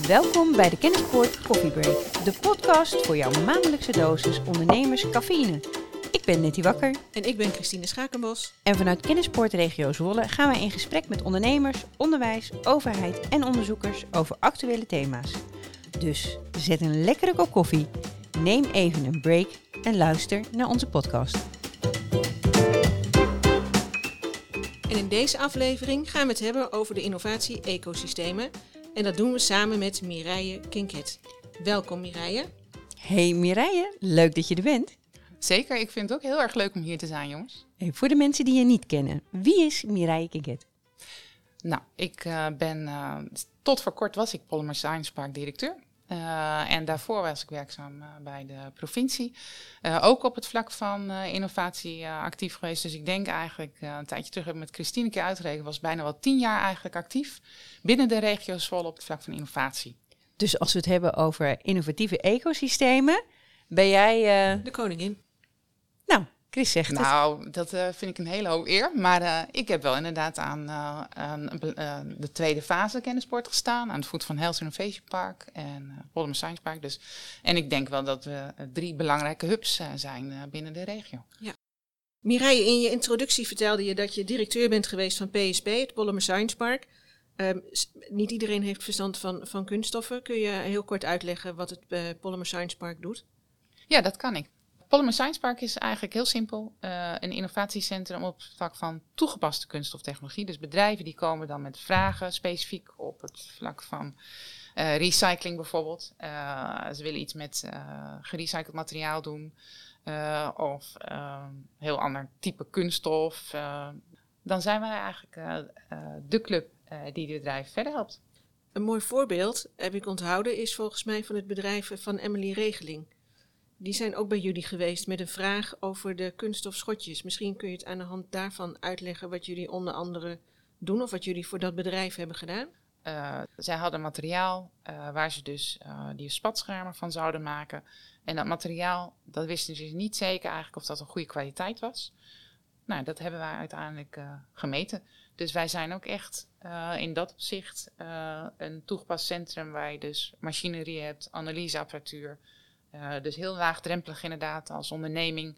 Welkom bij de Kennispoort Coffee Break, de podcast voor jouw maandelijkse dosis ondernemers cafeïne. Ik ben Nettie Wakker. En ik ben Christine Schakenbos. En vanuit Kennispoort Regio Zwolle gaan wij in gesprek met ondernemers, onderwijs, overheid en onderzoekers over actuele thema's. Dus zet een lekkere kop koffie, neem even een break en luister naar onze podcast. En in deze aflevering gaan we het hebben over de innovatie-ecosystemen. En dat doen we samen met Mireille Kinket. Welkom Mireille. Hey Mireille, leuk dat je er bent. Zeker, ik vind het ook heel erg leuk om hier te zijn, jongens. Hey, voor de mensen die je niet kennen, wie is Mireille Kinket? Nou, ik ben, tot voor kort was ik Polymer Science Park directeur. En daarvoor was ik werkzaam bij de provincie. Ook op het vlak van innovatie actief geweest. Dus ik denk eigenlijk, een tijdje terug heb ik met Christine een keer uitgerekend, was bijna wel 10 jaar eigenlijk actief binnen de regio Zwolle op het vlak van innovatie. Dus als we het hebben over innovatieve ecosystemen, ben jij... De koningin. Nou, Chris zegt het. Nou, dat vind ik een hele hoge eer. Maar ik heb wel inderdaad aan de tweede fase Kennispoort gestaan. Aan het voet van Health Innovation Park en Polymer Science Park. Dus. En ik denk wel dat we 3 belangrijke hubs zijn binnen de regio. Ja. Mireille, in je introductie vertelde je dat je directeur bent geweest van PSP, het Polymer Science Park. Niet iedereen heeft verstand van kunststoffen. Kun je heel kort uitleggen wat het Polymer Science Park doet? Ja, dat kan ik. Polymer Science Park is eigenlijk heel simpel een innovatiecentrum op het vlak van toegepaste kunststoftechnologie. Dus bedrijven die komen dan met vragen specifiek op het vlak van recycling bijvoorbeeld. Ze willen iets met gerecycled materiaal doen of heel ander type kunststof. Dan zijn wij eigenlijk de club die de bedrijven verder helpt. Een mooi voorbeeld, heb ik onthouden, is volgens mij van het bedrijf van Emily Regeling. Die zijn ook bij jullie geweest met een vraag over de kunststofschotjes. Misschien kun je het aan de hand daarvan uitleggen wat jullie onder andere doen of wat jullie voor dat bedrijf hebben gedaan. Zij hadden materiaal waar ze dus die spatschermen van zouden maken. En dat materiaal, dat wisten ze niet zeker eigenlijk of dat een goede kwaliteit was. Nou, dat hebben wij uiteindelijk gemeten. Dus wij zijn ook echt in dat opzicht een toegepast centrum waar je dus machinerie hebt, analyseapparatuur. Dus heel laagdrempelig inderdaad als onderneming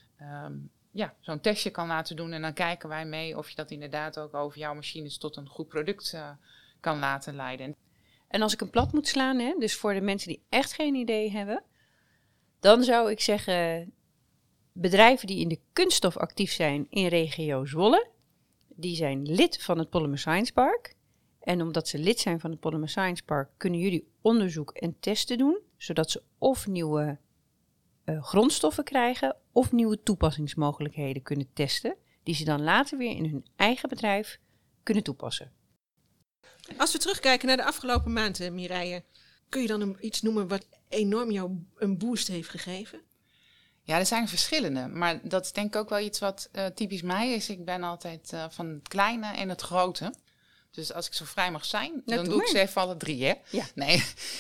zo'n testje kan laten doen. En dan kijken wij mee of je dat inderdaad ook over jouw machines tot een goed product kan laten leiden. En als ik een plat moet slaan, hè, dus voor de mensen die echt geen idee hebben, dan zou ik zeggen, bedrijven die in de kunststof actief zijn in regio Zwolle, die zijn lid van het Polymer Science Park. En omdat ze lid zijn van het Polymer Science Park, kunnen jullie onderzoek en testen doen, zodat ze of nieuwe grondstoffen krijgen of nieuwe toepassingsmogelijkheden kunnen testen, die ze dan later weer in hun eigen bedrijf kunnen toepassen. Als we terugkijken naar de afgelopen maanden, Mireille, kun je dan iets noemen wat enorm jou een boost heeft gegeven? Ja, er zijn verschillende, maar dat is denk ik ook wel iets wat typisch mij is. Ik ben altijd van het kleine en het grote. Dus als ik zo vrij mag zijn, dan doe ik ze even alle 3, hè? Ja. Nee.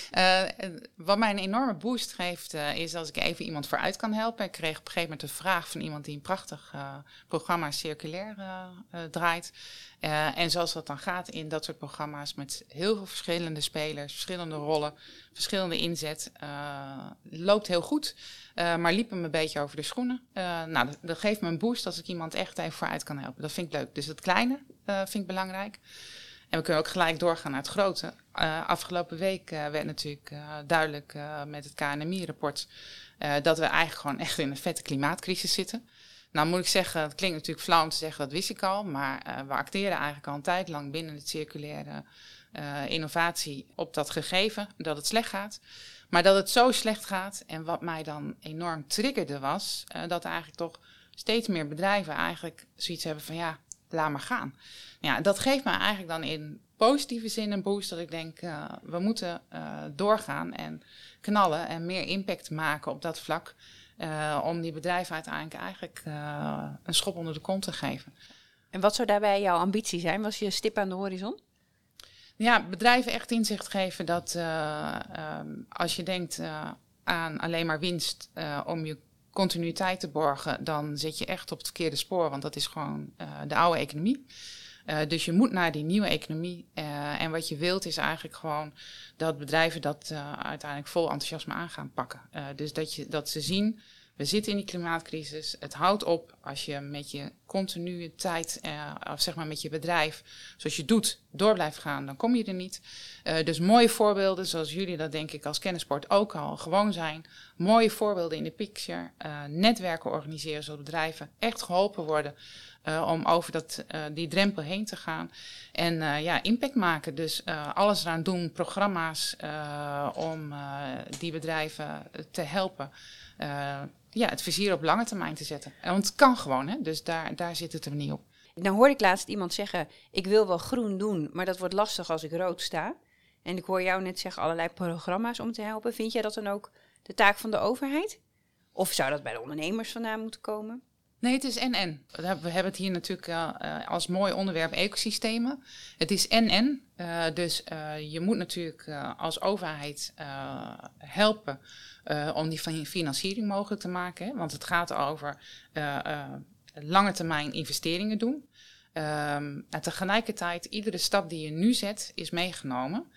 Wat mij een enorme boost geeft, is als ik even iemand vooruit kan helpen. Ik kreeg op een gegeven moment een vraag van iemand die een prachtig programma circulair draait. En zoals dat dan gaat in dat soort programma's met heel veel verschillende spelers, verschillende rollen, verschillende inzet. Loopt heel goed, maar liep hem een beetje over de schoenen. Nou, dat geeft me een boost als ik iemand echt even vooruit kan helpen. Dat vind ik leuk. Dus het kleine vind ik belangrijk. En we kunnen ook gelijk doorgaan naar het grote. Afgelopen week werd natuurlijk duidelijk met het KNMI-rapport dat we eigenlijk gewoon echt in een vette klimaatcrisis zitten. Nou moet ik zeggen, het klinkt natuurlijk flauw om te zeggen, dat wist ik al. Maar we acteren eigenlijk al een tijd lang binnen het circulaire innovatie op dat gegeven dat het slecht gaat. Maar dat het zo slecht gaat en wat mij dan enorm triggerde was, dat eigenlijk toch steeds meer bedrijven eigenlijk zoiets hebben van ja, laat maar gaan. Ja, dat geeft me eigenlijk dan in positieve zin een boost dat ik denk, we moeten doorgaan en knallen en meer impact maken op dat vlak. Om die bedrijven uiteindelijk een schop onder de kont te geven. En wat zou daarbij jouw ambitie zijn? Was je stip aan de horizon? Ja, bedrijven echt inzicht geven dat als je denkt aan alleen maar winst om je continuïteit te borgen, dan zit je echt op het verkeerde spoor, want dat is gewoon de oude economie. Dus je moet naar die nieuwe economie. En wat je wilt is eigenlijk gewoon dat bedrijven dat uiteindelijk vol enthousiasme aan gaan pakken. Dus dat ze zien, we zitten in die klimaatcrisis. Het houdt op als je met je continue tijd, of zeg maar met je bedrijf, zoals je doet, door blijft gaan. Dan kom je er niet. Dus mooie voorbeelden, zoals jullie dat denk ik als Kennisport ook al gewoon zijn. Mooie voorbeelden in de picture. Netwerken organiseren, zodat bedrijven echt geholpen worden om over die drempel heen te gaan. En impact maken. Dus alles eraan doen, programma's om die bedrijven te helpen. Het vizier op lange termijn te zetten. Want het kan gewoon, hè? Dus daar zit het er niet op. Nou hoorde ik laatst iemand zeggen, ik wil wel groen doen, maar dat wordt lastig als ik rood sta. En ik hoor jou net zeggen, allerlei programma's om te helpen. Vind jij dat dan ook de taak van de overheid? Of zou dat bij de ondernemers vandaan moeten komen? Nee, het is en. We hebben het hier natuurlijk als mooi onderwerp ecosystemen. Het is en. Dus je moet natuurlijk als overheid helpen om die financiering mogelijk te maken. Hè? Want het gaat over lange termijn investeringen doen. En tegelijkertijd, iedere stap die je nu zet, is meegenomen.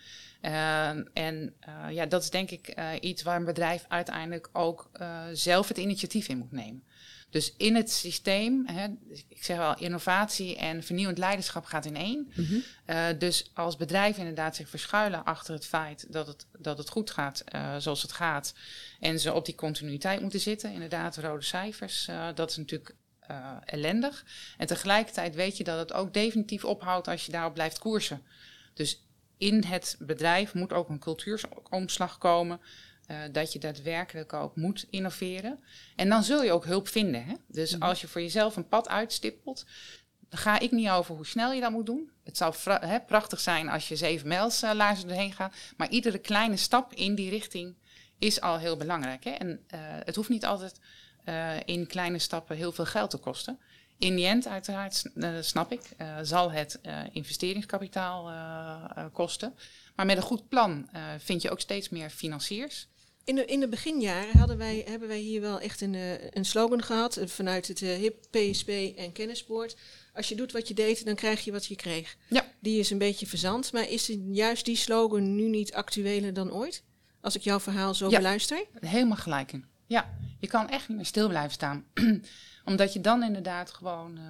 Dat is denk ik iets waar een bedrijf uiteindelijk ook zelf het initiatief in moet nemen. Dus in het systeem, ik zeg wel, innovatie en vernieuwend leiderschap gaat in één. Mm-hmm. Dus als bedrijven inderdaad zich verschuilen achter het feit dat het goed gaat zoals het gaat. En ze op die continuïteit moeten zitten, inderdaad rode cijfers, dat is natuurlijk ellendig. En tegelijkertijd weet je dat het ook definitief ophoudt als je daarop blijft koersen. Dus in het bedrijf moet ook een cultuuromslag komen. Dat je daadwerkelijk ook moet innoveren. En dan zul je ook hulp vinden. Hè? Dus als je voor jezelf een pad uitstippelt, dan ga ik niet over hoe snel je dat moet doen. Het zou prachtig zijn als je 7 mijls laarzen doorheen gaat. Maar iedere kleine stap in die richting is al heel belangrijk. Hè? En het hoeft niet altijd in kleine stappen heel veel geld te kosten. In die end, uiteraard, snap ik, zal het investeringskapitaal kosten. Maar met een goed plan vind je ook steeds meer financiers. In de beginjaren hebben wij hier wel echt een slogan gehad vanuit het HIP, PSP en Kennisport. Als je doet wat je deed, dan krijg je wat je kreeg. Ja. Die is een beetje verzand, maar is juist die slogan nu niet actueler dan ooit? Als ik jouw verhaal zo beluister? Helemaal gelijk in. Ja, je kan echt niet meer stil blijven staan. Omdat je dan inderdaad gewoon,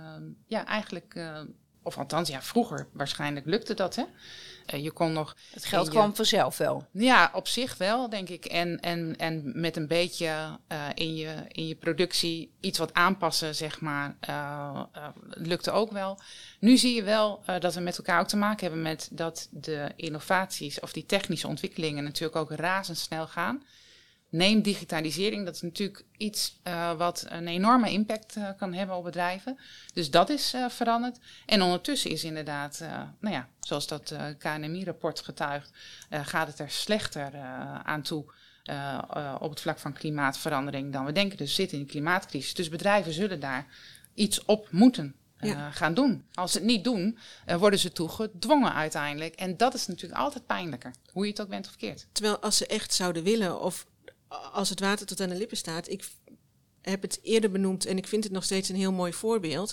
of althans, vroeger waarschijnlijk lukte dat, hè. Je kon nog... Het geld kwam vanzelf wel. Ja, op zich wel, denk ik. En met een beetje in je productie iets wat aanpassen, zeg maar, lukte ook wel. Nu zie je wel dat we met elkaar ook te maken hebben met dat de innovaties of die technische ontwikkelingen natuurlijk ook razendsnel gaan. Neem digitalisering, dat is natuurlijk iets wat een enorme impact kan hebben op bedrijven. Dus dat is veranderd. En ondertussen is inderdaad, zoals dat KNMI-rapport getuigt, gaat het er slechter aan toe op het vlak van klimaatverandering dan we denken. Dus we zitten in een klimaatcrisis. Dus bedrijven zullen daar iets op moeten gaan doen. Als ze het niet doen, worden ze toe gedwongen uiteindelijk. En dat is natuurlijk altijd pijnlijker, hoe je het ook bent of keert. Terwijl als ze echt zouden willen of als het water tot aan de lippen staat. Ik heb het eerder benoemd en ik vind het nog steeds een heel mooi voorbeeld.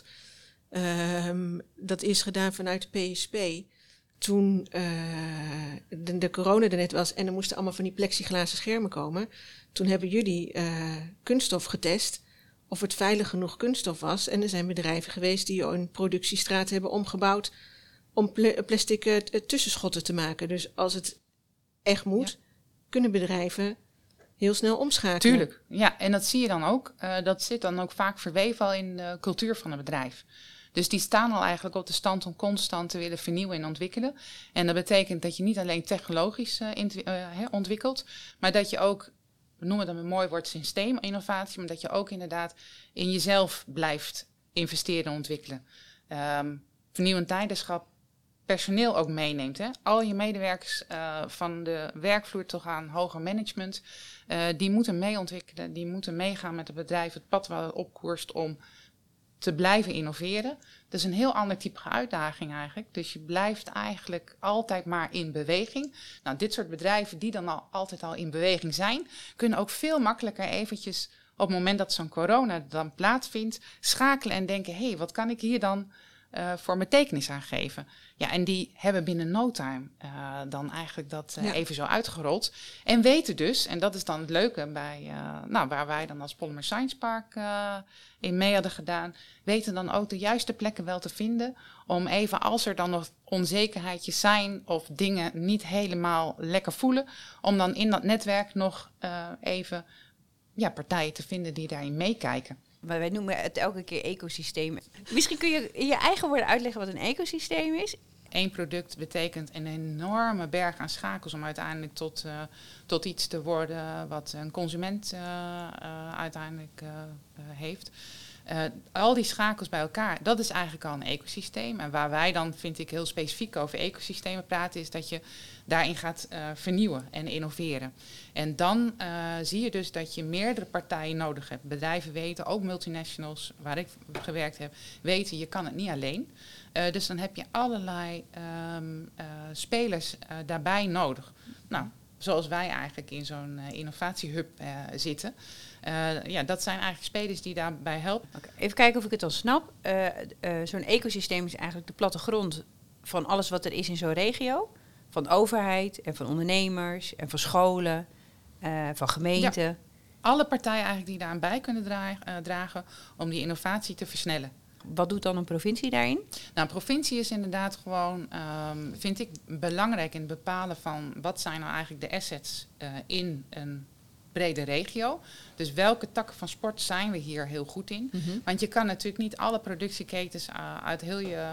Dat is gedaan vanuit de PSP. Toen de corona er net was en er moesten allemaal van die plexiglazen schermen komen. Toen hebben jullie kunststof getest of het veilig genoeg kunststof was. En er zijn bedrijven geweest die een productiestraat hebben omgebouwd om plastic tussenschotten te maken. Dus als het echt moet, kunnen bedrijven heel snel omschakelen. Tuurlijk, ja. En dat zie je dan ook. Dat zit dan ook vaak verweven al in de cultuur van het bedrijf. Dus die staan al eigenlijk op de stand om constant te willen vernieuwen en ontwikkelen. En dat betekent dat je niet alleen technologisch ontwikkelt, maar dat je ook, we noemen dat een mooi woord, systeeminnovatie, maar dat je ook inderdaad in jezelf blijft investeren en ontwikkelen. Vernieuwend leiderschap, personeel ook meeneemt. Hè? Al je medewerkers van de werkvloer tot aan hoger management, die moeten meeontwikkelen, die moeten meegaan met het bedrijf, het pad waar het opkoerst om te blijven innoveren. Dat is een heel ander type uitdaging eigenlijk. Dus je blijft eigenlijk altijd maar in beweging. Nou, dit soort bedrijven die dan altijd al in beweging zijn, kunnen ook veel makkelijker eventjes op het moment dat zo'n corona dan plaatsvindt, schakelen en denken, wat kan ik hier dan voor betekenis aan geven. Ja, en die hebben binnen no time dan eigenlijk dat even zo uitgerold. En weten dus, en dat is dan het leuke bij, waar wij dan als Polymer Science Park in mee hadden gedaan, weten dan ook de juiste plekken wel te vinden om even, als er dan nog onzekerheidjes zijn of dingen niet helemaal lekker voelen, om dan in dat netwerk nog even partijen te vinden die daarin meekijken. Maar wij noemen het elke keer ecosysteem. Misschien kun je in je eigen woorden uitleggen wat een ecosysteem is? Eén product betekent een enorme berg aan schakels om uiteindelijk tot iets te worden wat een consument uiteindelijk heeft. Al die schakels bij elkaar, dat is eigenlijk al een ecosysteem. En waar wij dan, vind ik, heel specifiek over ecosystemen praten, is dat je daarin gaat vernieuwen en innoveren. En dan zie je dus dat je meerdere partijen nodig hebt. Bedrijven weten, ook multinationals, waar ik gewerkt heb, weten, je kan het niet alleen. Dus dan heb je allerlei spelers daarbij nodig. Nou, zoals wij eigenlijk in zo'n innovatiehub zitten. Dat zijn eigenlijk spelers die daarbij helpen. Okay, even kijken of ik het dan snap. Zo'n ecosysteem is eigenlijk de plattegrond van alles wat er is in zo'n regio. Van overheid en van ondernemers en van scholen, van gemeenten. Ja. Alle partijen eigenlijk die daaraan bij kunnen dragen om die innovatie te versnellen. Wat doet dan een provincie daarin? Nou, een provincie is inderdaad gewoon, vind ik, belangrijk in het bepalen van wat zijn nou eigenlijk de assets in een brede regio. Dus welke takken van sport zijn we hier heel goed in? Mm-hmm. Want je kan natuurlijk niet alle productieketens uit heel je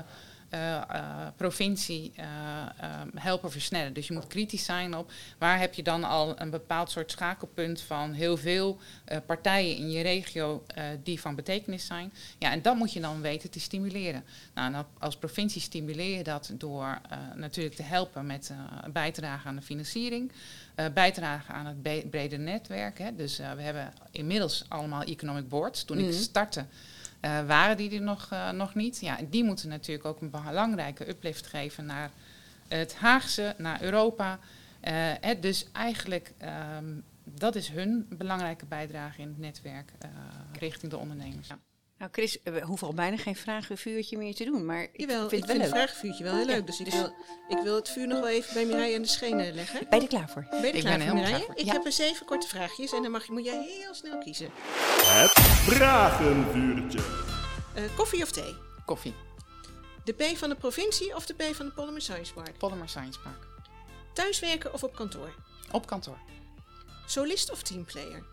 provincie helpen versnellen. Dus je moet kritisch zijn op waar heb je dan al een bepaald soort schakelpunt van heel veel partijen in je regio die van betekenis zijn. Ja, en dat moet je dan weten te stimuleren. Nou, en als provincie stimuleer je dat door natuurlijk te helpen met bijdrage aan de financiering, bijdragen aan het brede netwerk. Hè. Dus we hebben inmiddels allemaal economic boards. Toen ik startte, waren die er nog niet. Ja, die moeten natuurlijk ook een belangrijke uplift geven naar het Haagse, naar Europa. Dus eigenlijk, dat is hun belangrijke bijdrage in het netwerk richting de ondernemers. Ja. Nou Chris, we hoeven al bijna geen vragenvuurtje meer te doen, maar ik vind het vragenvuurtje wel heel leuk. Dus ik wil het vuur nog wel even bij Mireille aan de schenen leggen. Ben je er klaar voor? Ben je er klaar voor, Mireille? Ik heb er 7 korte vraagjes en dan moet jij heel snel kiezen. Het vragenvuurtje. Koffie of thee? Koffie. De P van de provincie of de P van de Polymer Science Park? Polymer Science Park. Thuiswerken of op kantoor? Op kantoor. Solist of teamplayer?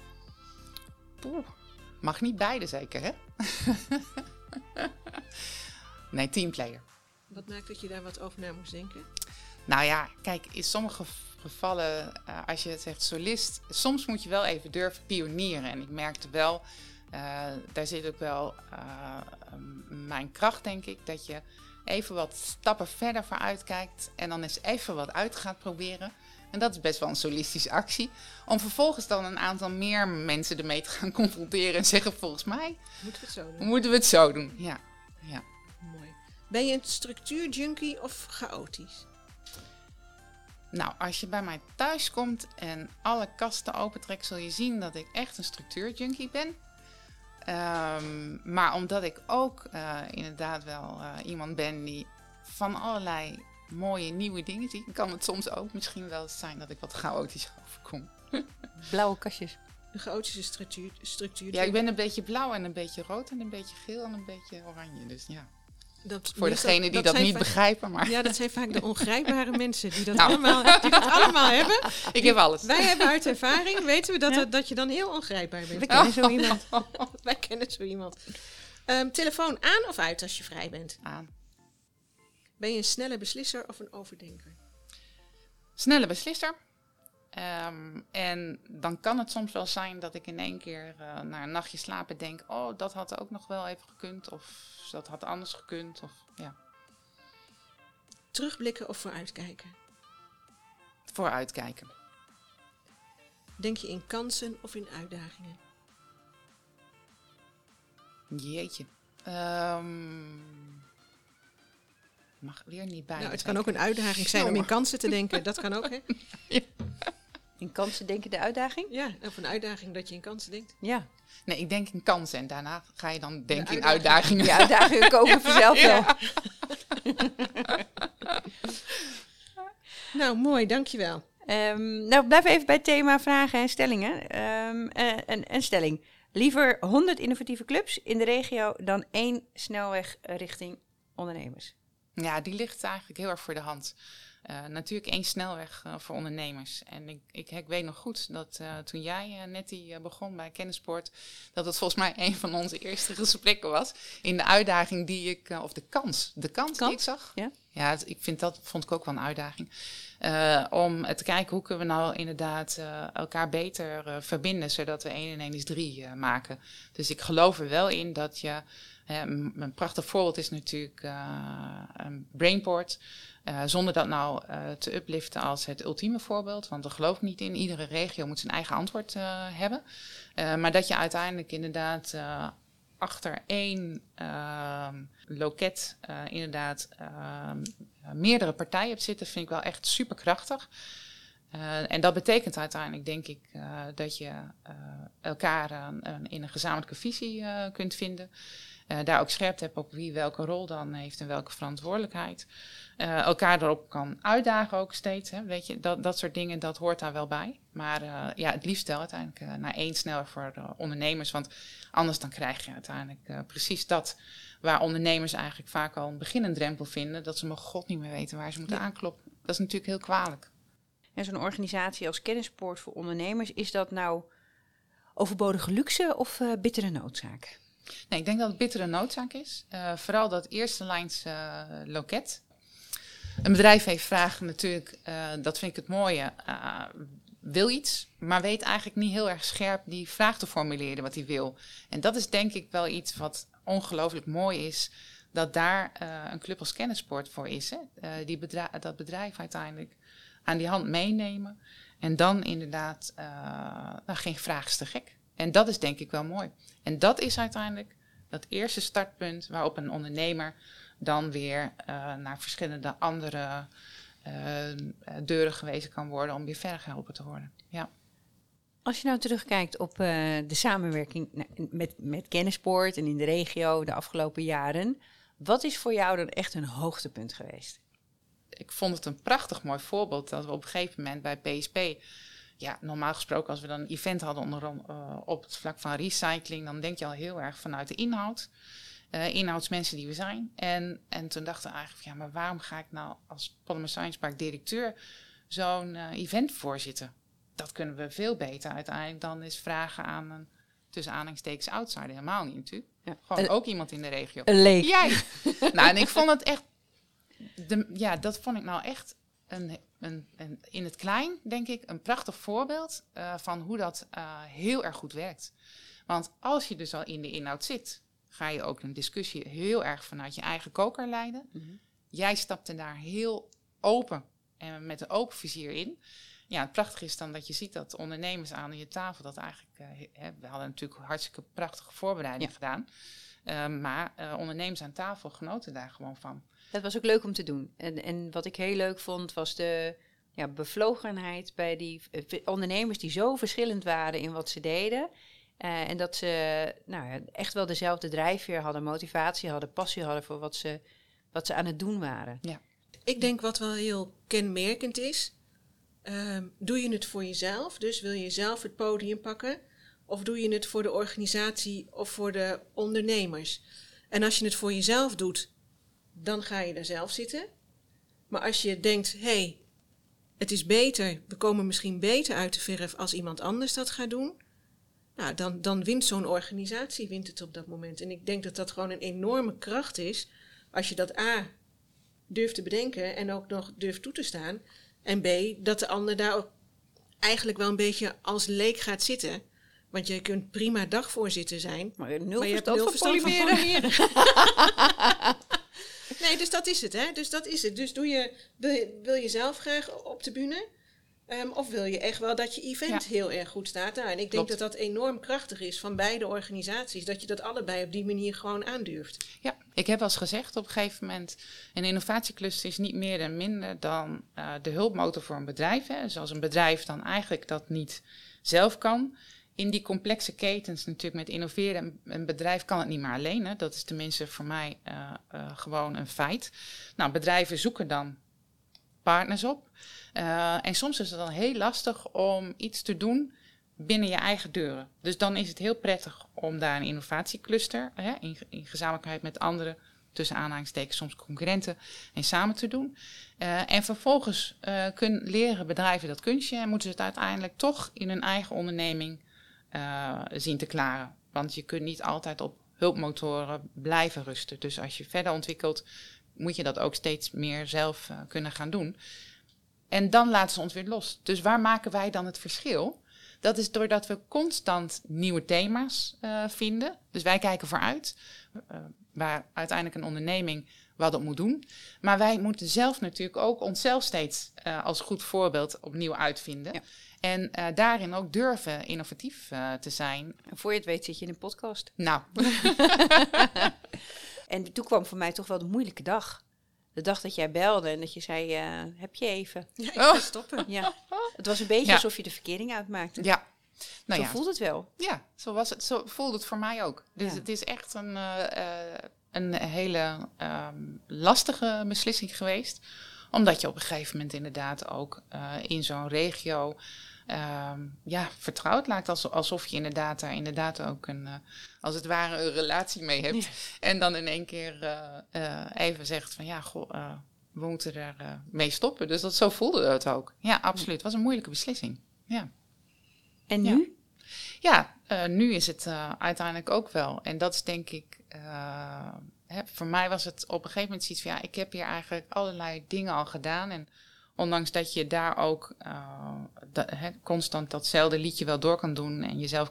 Mag niet beide zeker, hè? Nee, teamplayer. Wat maakt dat je daar wat over na moest denken? Nou ja, kijk, in sommige gevallen, als je het zegt solist, soms moet je wel even durven pionieren. En ik merkte wel, daar zit ook wel mijn kracht, denk ik, dat je even wat stappen verder vooruit kijkt en dan eens even wat uit gaat proberen. En dat is best wel een solistische actie. Om vervolgens dan een aantal meer mensen ermee te gaan confronteren en zeggen, volgens mij moeten we het zo doen. Ja. Mooi. Ben je een structuurjunkie of chaotisch? Nou, als je bij mij thuis komt en alle kasten opentrekt, zul je zien dat ik echt een structuurjunkie ben. Maar omdat ik ook inderdaad wel iemand ben die van allerlei mooie nieuwe dingen zie, kan het soms ook misschien wel zijn dat ik wat chaotisch overkom. Blauwe kastjes. Een chaotische structuur. Ja, ik ben een beetje blauw en een beetje rood en een beetje geel en een beetje oranje. Dus ja. Voor degenen die dat niet begrijpen. Maar. Ja, dat zijn vaak de ongrijpbare mensen die dat allemaal hebben. Ik heb alles. Wij hebben uit ervaring, weten we dat je dan heel ongrijpbaar bent. We kennen zo iemand. Wij kennen zo iemand. Telefoon aan of uit als je vrij bent? Aan. Ben je een snelle beslisser of een overdenker? Snelle beslisser. En dan kan het soms wel zijn dat ik in één keer na een nachtje slapen denk, oh, dat had ook nog wel even gekund. Of dat had anders gekund. Of, ja. Terugblikken of vooruitkijken? Vooruitkijken. Denk je in kansen of in uitdagingen? Jeetje. Mag weer niet bij. Nou, het kan ook een uitdaging zijn om in kansen te denken. Dat kan ook, hè? In kansen denken de uitdaging? Ja, of een uitdaging dat je in kansen denkt. Ja. Nee, ik denk in kansen en daarna ga je dan denken in uitdaging. uitdagingen. Die uitdagingen komen vanzelf wel. Nou, mooi, dankjewel. Nou, blijf even bij het thema vragen en stellingen. Een stelling. Liever 100 innovatieve clubs in de regio dan 1 snelweg richting ondernemers. Ja, die ligt eigenlijk heel erg voor de hand. Natuurlijk 1 snelweg voor ondernemers. En ik weet nog goed dat toen jij, Nettie, begon bij Kennisport, dat het volgens mij een van onze eerste gesprekken was. In de uitdaging die ik, of de kans die ik zag. Ja? Ja, vond ik ook wel een uitdaging. Om te kijken hoe kunnen we nou inderdaad elkaar beter verbinden, zodat we 1 en 1 is 3 maken. Dus ik geloof er wel in dat je, een prachtig voorbeeld is natuurlijk een Brainport. Zonder dat nou te upliften als het ultieme voorbeeld. Want daar geloof ik niet in. Iedere regio moet zijn eigen antwoord hebben. Maar dat je uiteindelijk inderdaad achter 1 loket inderdaad meerdere partijen hebt zitten, vind ik wel echt superkrachtig. En dat betekent uiteindelijk, denk ik, dat je elkaar in een gezamenlijke visie kunt vinden. Daar ook scherp hebt op wie welke rol dan heeft en welke verantwoordelijkheid. Elkaar erop kan uitdagen ook steeds. Hè. Weet je, dat soort dingen, dat hoort daar wel bij. Maar het liefst wel uiteindelijk naar 1 sneller voor de ondernemers. Want anders dan krijg je uiteindelijk precies dat waar ondernemers eigenlijk vaak al een beginnend drempel vinden. Dat ze maar god niet meer weten waar ze moeten aankloppen. Dat is natuurlijk heel kwalijk. En zo'n organisatie als Kennisport voor ondernemers, is dat nou overbodige luxe of bittere noodzaak? Nee, ik denk dat het bittere noodzaak is. Vooral dat eerste lijns loket. Een bedrijf heeft vragen natuurlijk, dat vind ik het mooie, wil iets, maar weet eigenlijk niet heel erg scherp die vraag te formuleren wat hij wil. En dat is denk ik wel iets wat ongelooflijk mooi is, dat daar een club als Kennisport voor is. Hè? Dat bedrijf uiteindelijk aan die hand meenemen en dan inderdaad geen vraag is te gek. En dat is denk ik wel mooi. En dat is uiteindelijk dat eerste startpunt waarop een ondernemer dan weer naar verschillende andere deuren gewezen kan worden om weer verder geholpen te worden. Ja. Als je nou terugkijkt op de samenwerking met Kennisport en in de regio de afgelopen jaren, wat is voor jou dan echt een hoogtepunt geweest? Ik vond het een prachtig mooi voorbeeld dat we op een gegeven moment bij PSP, ja, normaal gesproken als we dan een event hadden op het vlak van recycling, dan denk je al heel erg vanuit de inhoud. Inhoudsmensen die we zijn. En toen dachten we eigenlijk, ja, maar waarom ga ik nou als Polymer Science Park directeur zo'n event voorzitten? Dat kunnen we veel beter uiteindelijk dan eens vragen aan een tussen aanhalingstekens outsider. Helemaal niet natuurlijk. Ja. Gewoon ook iemand in de regio. Een leek. Jij! Nou, en ik vond het echt, dat vond ik nou echt in het klein, denk ik, een prachtig voorbeeld van hoe dat heel erg goed werkt. Want als je dus al in de inhoud zit, ga je ook een discussie heel erg vanuit je eigen koker leiden. Mm-hmm. Jij stapte daar heel open en met een open vizier in. Ja, het prachtige is dan dat je ziet dat ondernemers aan je tafel dat eigenlijk... we hadden natuurlijk hartstikke prachtige voorbereidingen gedaan. Maar ondernemers aan tafel genoten daar gewoon van. Dat was ook leuk om te doen. En wat ik heel leuk vond was de bevlogenheid bij die ondernemers die zo verschillend waren in wat ze deden. En dat ze echt wel dezelfde drijfveer hadden, motivatie hadden, passie hadden voor wat ze aan het doen waren. Ja. Ik denk wat wel heel kenmerkend is, doe je het voor jezelf, dus wil je zelf het podium pakken, of doe je het voor de organisatie of voor de ondernemers? En als je het voor jezelf doet, dan ga je daar zelf zitten. Maar als je denkt, het is beter, we komen misschien beter uit de verf als iemand anders dat gaat doen, nou, dan wint zo'n organisatie het op dat moment. En ik denk dat dat gewoon een enorme kracht is, als je dat A, durft te bedenken en ook nog durft toe te staan. En B, dat de ander daar ook eigenlijk wel een beetje als leek gaat zitten. Want je kunt prima dagvoorzitter zijn. Maar je hebt nul verstand van polymeren. Nee, dus dat is het, hè. Dus dat is het. Dus wil je zelf graag op de bühne. Of wil je echt wel dat je event heel erg goed staat? Nou, en ik denk Klopt. dat enorm krachtig is van beide organisaties. Dat je dat allebei op die manier gewoon aandurft. Ja, ik heb al eens gezegd op een gegeven moment, een innovatiecluster is niet meer en minder dan de hulpmotor voor een bedrijf. Hè. Dus als een bedrijf dan eigenlijk dat niet zelf kan. In die complexe ketens natuurlijk met innoveren, een bedrijf kan het niet meer alleen. Hè. Dat is tenminste voor mij gewoon een feit. Nou, bedrijven zoeken dan partners op. En soms is het dan heel lastig om iets te doen binnen je eigen deuren. Dus dan is het heel prettig om daar een innovatiecluster in gezamenlijkheid met anderen, tussen aanhalingstekens soms concurrenten, en samen te doen. En vervolgens leren bedrijven dat kunstje en moeten ze het uiteindelijk toch in hun eigen onderneming zien te klaren. Want je kunt niet altijd op hulpmotoren blijven rusten. Dus als je verder ontwikkelt, moet je dat ook steeds meer zelf kunnen gaan doen. En dan laten ze ons weer los. Dus waar maken wij dan het verschil? Dat is doordat we constant nieuwe thema's vinden. Dus wij kijken vooruit, waar uiteindelijk een onderneming wat op moet doen. Maar wij moeten zelf natuurlijk ook onszelf steeds als goed voorbeeld opnieuw uitvinden. Ja. En daarin ook durven innovatief te zijn. En voor je het weet zit je in een podcast. Nou, En toen kwam voor mij toch wel de moeilijke dag. De dag dat jij belde en dat je zei, heb je even? Ja, ik ga stoppen. Ja. Het was een beetje Ja. alsof je de verkering uitmaakte. ja. Nou Zo ja, voelt het wel. ja, zo was het. Zo voelde het voor mij ook. Dus Ja. het is echt een hele lastige beslissing geweest. Omdat je op een gegeven moment inderdaad ook in zo'n regio vertrouwd lijkt. Alsof je inderdaad ook als het ware een relatie mee hebt. Ja. En dan in één keer even zegt van we moeten er mee stoppen. Dus zo voelde het ook. Ja, absoluut. Het was een moeilijke beslissing. Ja. En nu? Ja, nu is het uiteindelijk ook wel. En dat is denk ik, voor mij was het op een gegeven moment zoiets van, ik heb hier eigenlijk allerlei dingen al gedaan. En ondanks dat je daar ook constant datzelfde liedje wel door kan doen en jezelf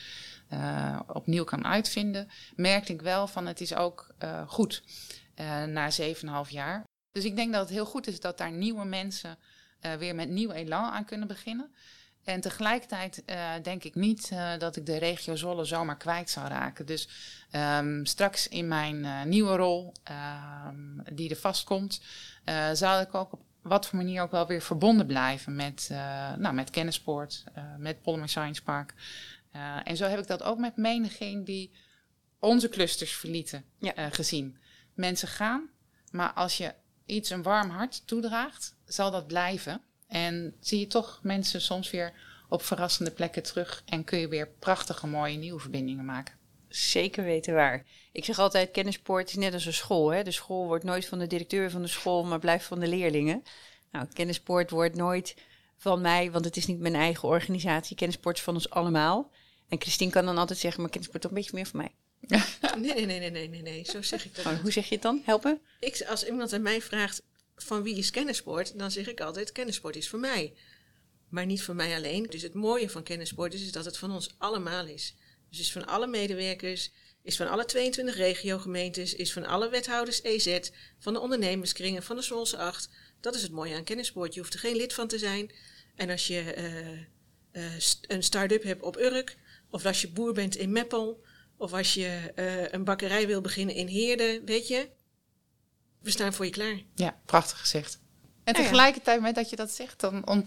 opnieuw kan uitvinden, merkte ik wel van het is ook goed na 7,5 jaar. Dus ik denk dat het heel goed is dat daar nieuwe mensen weer met nieuw elan aan kunnen beginnen. En tegelijkertijd denk ik niet dat ik de regio Zwolle zomaar kwijt zou raken. Dus straks in mijn nieuwe rol, die er vastkomt, zal ik ook op wat voor manier ook wel weer verbonden blijven met Kennispoort, met Polymer Science Park. En zo heb ik dat ook met menigeen die onze clusters verlieten gezien. Mensen gaan, maar als je iets een warm hart toedraagt, zal dat blijven. En zie je toch mensen soms weer op verrassende plekken terug en kun je weer prachtige, mooie nieuwe verbindingen maken. Zeker weten waar. Ik zeg altijd, Kennispoort is net als een school. Hè? De school wordt nooit van de directeur van de school, maar blijft van de leerlingen. Nou, Kennispoort wordt nooit van mij, want het is niet mijn eigen organisatie. Kennispoort is van ons allemaal. En Christine kan dan altijd zeggen, maar Kennispoort toch een beetje meer van mij. Nee. Zo zeg ik dat Oh, niet. hoe zeg je het dan? Helpen? Als iemand aan mij vraagt van wie is Kennispoort, dan zeg ik altijd Kennispoort is voor mij. Maar niet voor mij alleen. Dus het mooie van Kennispoort is dat het van ons allemaal is. Dus is van alle medewerkers, is van alle 22 regiogemeentes, is van alle wethouders EZ, van de ondernemerskringen, van de Zwolse 8. Dat is het mooie aan Kennispoort. Je hoeft er geen lid van te zijn. En als je een start-up hebt op Urk, of als je boer bent in Meppel, of als je een bakkerij wil beginnen in Heerde, weet je, we staan voor je klaar. Ja, prachtig gezegd. En tegelijkertijd met dat je dat zegt,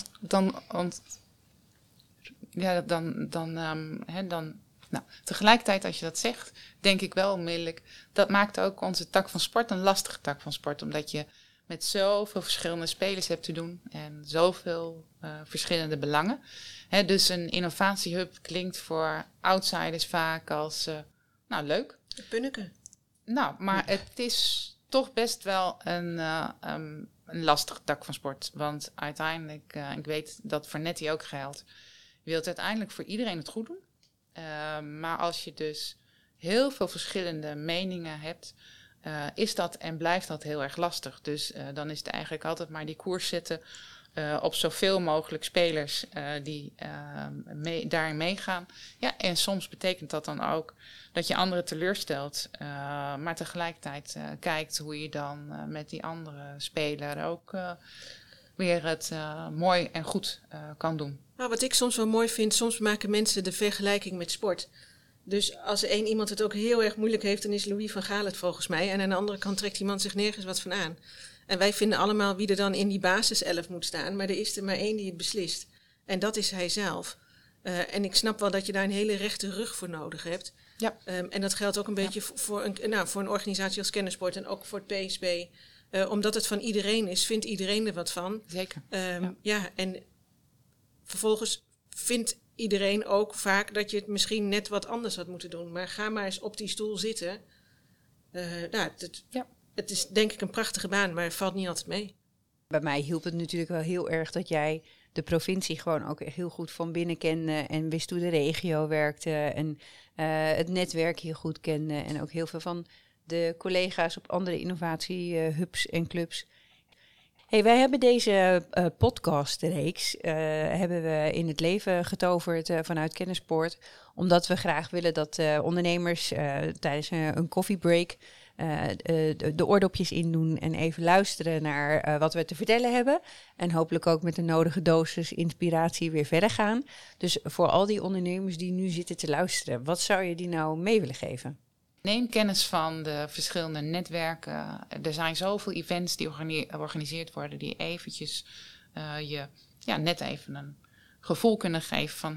tegelijkertijd als je dat zegt, denk ik wel onmiddellijk, dat maakt ook onze tak van sport een lastige tak van sport. Omdat je met zoveel verschillende spelers hebt te doen en zoveel verschillende belangen. Dus een innovatiehub klinkt voor outsiders vaak als, leuk. Punneke. Nou, maar het is toch best wel een lastige tak van sport. Want uiteindelijk, ik weet dat voor Nettie ook geldt, je wilt uiteindelijk voor iedereen het goed doen. Maar als je dus heel veel verschillende meningen hebt, is dat en blijft dat heel erg lastig. Dus dan is het eigenlijk altijd maar die koers zetten op zoveel mogelijk spelers die daarin meegaan. Ja, en soms betekent dat dan ook dat je anderen teleurstelt, maar tegelijkertijd kijkt hoe je dan met die andere speler ook weer het mooi en goed kan doen. Nou, wat ik soms wel mooi vind, soms maken mensen de vergelijking met sport. Dus als één iemand het ook heel erg moeilijk heeft, dan is Louis van Gaal het volgens mij. En aan de andere kant trekt die man zich nergens wat van aan. En wij vinden allemaal wie er dan in die basiself moet staan. Maar er is er maar één die het beslist. En dat is hij zelf. En ik snap wel dat je daar een hele rechte rug voor nodig hebt. Ja. En dat geldt ook een beetje voor een organisatie als Kennisport en ook voor het PSB. Omdat het van iedereen is, vindt iedereen er wat van. Zeker. En vervolgens vindt iedereen ook vaak dat je het misschien net wat anders had moeten doen. Maar ga maar eens op die stoel zitten. Het is denk ik een prachtige baan, maar het valt niet altijd mee. Bij mij hielp het natuurlijk wel heel erg dat jij de provincie gewoon ook heel goed van binnen kende en wist hoe de regio werkte en het netwerk hier goed kende en ook heel veel van de collega's op andere innovatiehubs en clubs. Hey, wij hebben deze podcastreeks hebben we in het leven getoverd vanuit Kennisport, omdat we graag willen dat ondernemers tijdens een koffiebreak de oordopjes indoen en even luisteren naar wat we te vertellen hebben. En hopelijk ook met de nodige dosis inspiratie weer verder gaan. Dus voor al die ondernemers die nu zitten te luisteren, wat zou je die nou mee willen geven? Neem kennis van de verschillende netwerken. Er zijn zoveel events die georganiseerd worden die eventjes je net even een gevoel kunnen geven van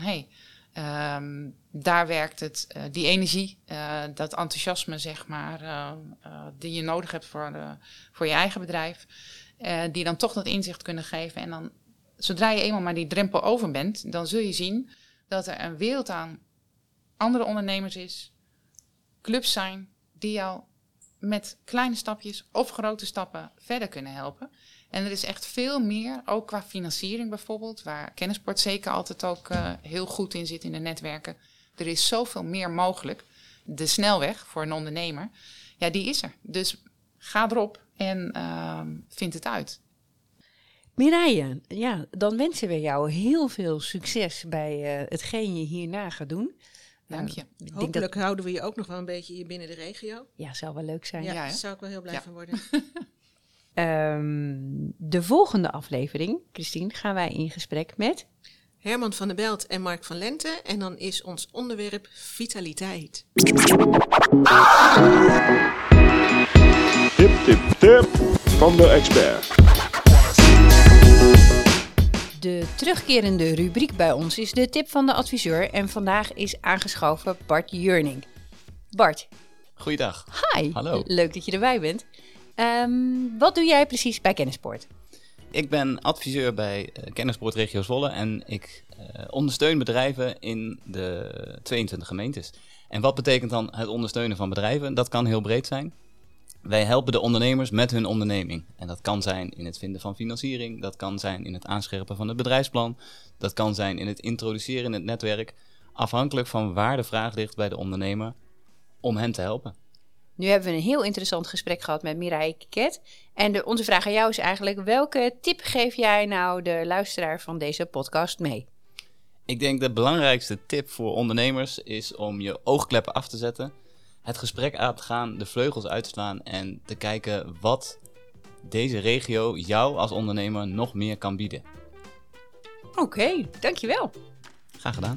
daar werkt het, die energie, dat enthousiasme zeg maar, die je nodig hebt voor je eigen bedrijf, die dan toch dat inzicht kunnen geven. En dan, zodra je eenmaal maar die drempel over bent, dan zul je zien dat er een wereld aan andere ondernemers is, clubs zijn die jou met kleine stapjes of grote stappen verder kunnen helpen. En er is echt veel meer, ook qua financiering bijvoorbeeld, waar Kennisport zeker altijd ook heel goed in zit in de netwerken. Er is zoveel meer mogelijk. De snelweg voor een ondernemer, die is er. Dus ga erop en vind het uit. Mireille, dan wensen we jou heel veel succes bij hetgeen je hierna gaat doen. Dank je. Hopelijk houden we je ook nog wel een beetje hier binnen de regio. Ja, zou wel leuk zijn. Ja, daar zou ik wel heel blij van worden. De volgende aflevering, Christine, gaan wij in gesprek met Herman van der Belt en Mark van Lente. En dan is ons onderwerp vitaliteit. Tip van de expert. De terugkerende rubriek bij ons is de tip van de adviseur. En vandaag is aangeschoven Bart Jurning. Bart. Goeiedag. Hi. Hallo. Leuk dat je erbij bent. Wat doe jij precies bij Kennisport? Ik ben adviseur bij Kennisport Regio Zwolle en ik ondersteun bedrijven in de 22 gemeentes. En wat betekent dan het ondersteunen van bedrijven? Dat kan heel breed zijn. Wij helpen de ondernemers met hun onderneming. En dat kan zijn in het vinden van financiering, dat kan zijn in het aanscherpen van het bedrijfsplan, dat kan zijn in het introduceren in het netwerk, afhankelijk van waar de vraag ligt bij de ondernemer om hen te helpen. Nu hebben we een heel interessant gesprek gehad met Mireille Kiket. En onze vraag aan jou is eigenlijk, welke tip geef jij nou de luisteraar van deze podcast mee? Ik denk de belangrijkste tip voor ondernemers is om je oogkleppen af te zetten, het gesprek aan te gaan, de vleugels uit te slaan en te kijken wat deze regio jou als ondernemer nog meer kan bieden. Oké, dankjewel. Graag gedaan.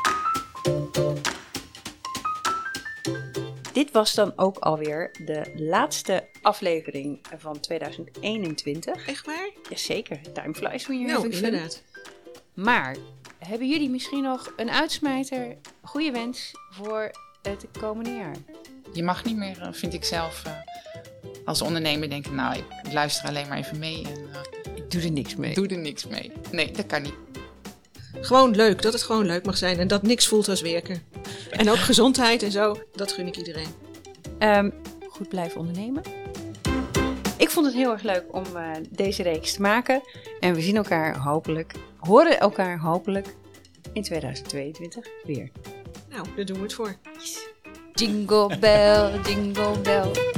Dit was dan ook alweer de laatste aflevering van 2021. Echt waar? Jazeker, time flies when you're Nou, having fun. inderdaad. Maar hebben jullie misschien nog een uitsmijter, goede wens voor het komende jaar? Je mag niet meer, vind ik zelf, als ondernemer denken, nou, ik luister alleen maar even mee en Ik doe er niks mee. doe er niks mee. Nee, dat kan niet. Gewoon leuk, dat het gewoon leuk mag zijn en dat niks voelt als werken. En ook gezondheid en zo, dat gun ik iedereen. Goed blijven ondernemen. Ik vond het heel erg leuk om deze reeks te maken. En we zien elkaar horen elkaar hopelijk in 2022 weer. Nou, daar doen we het voor. Jingle bell, jingle bell.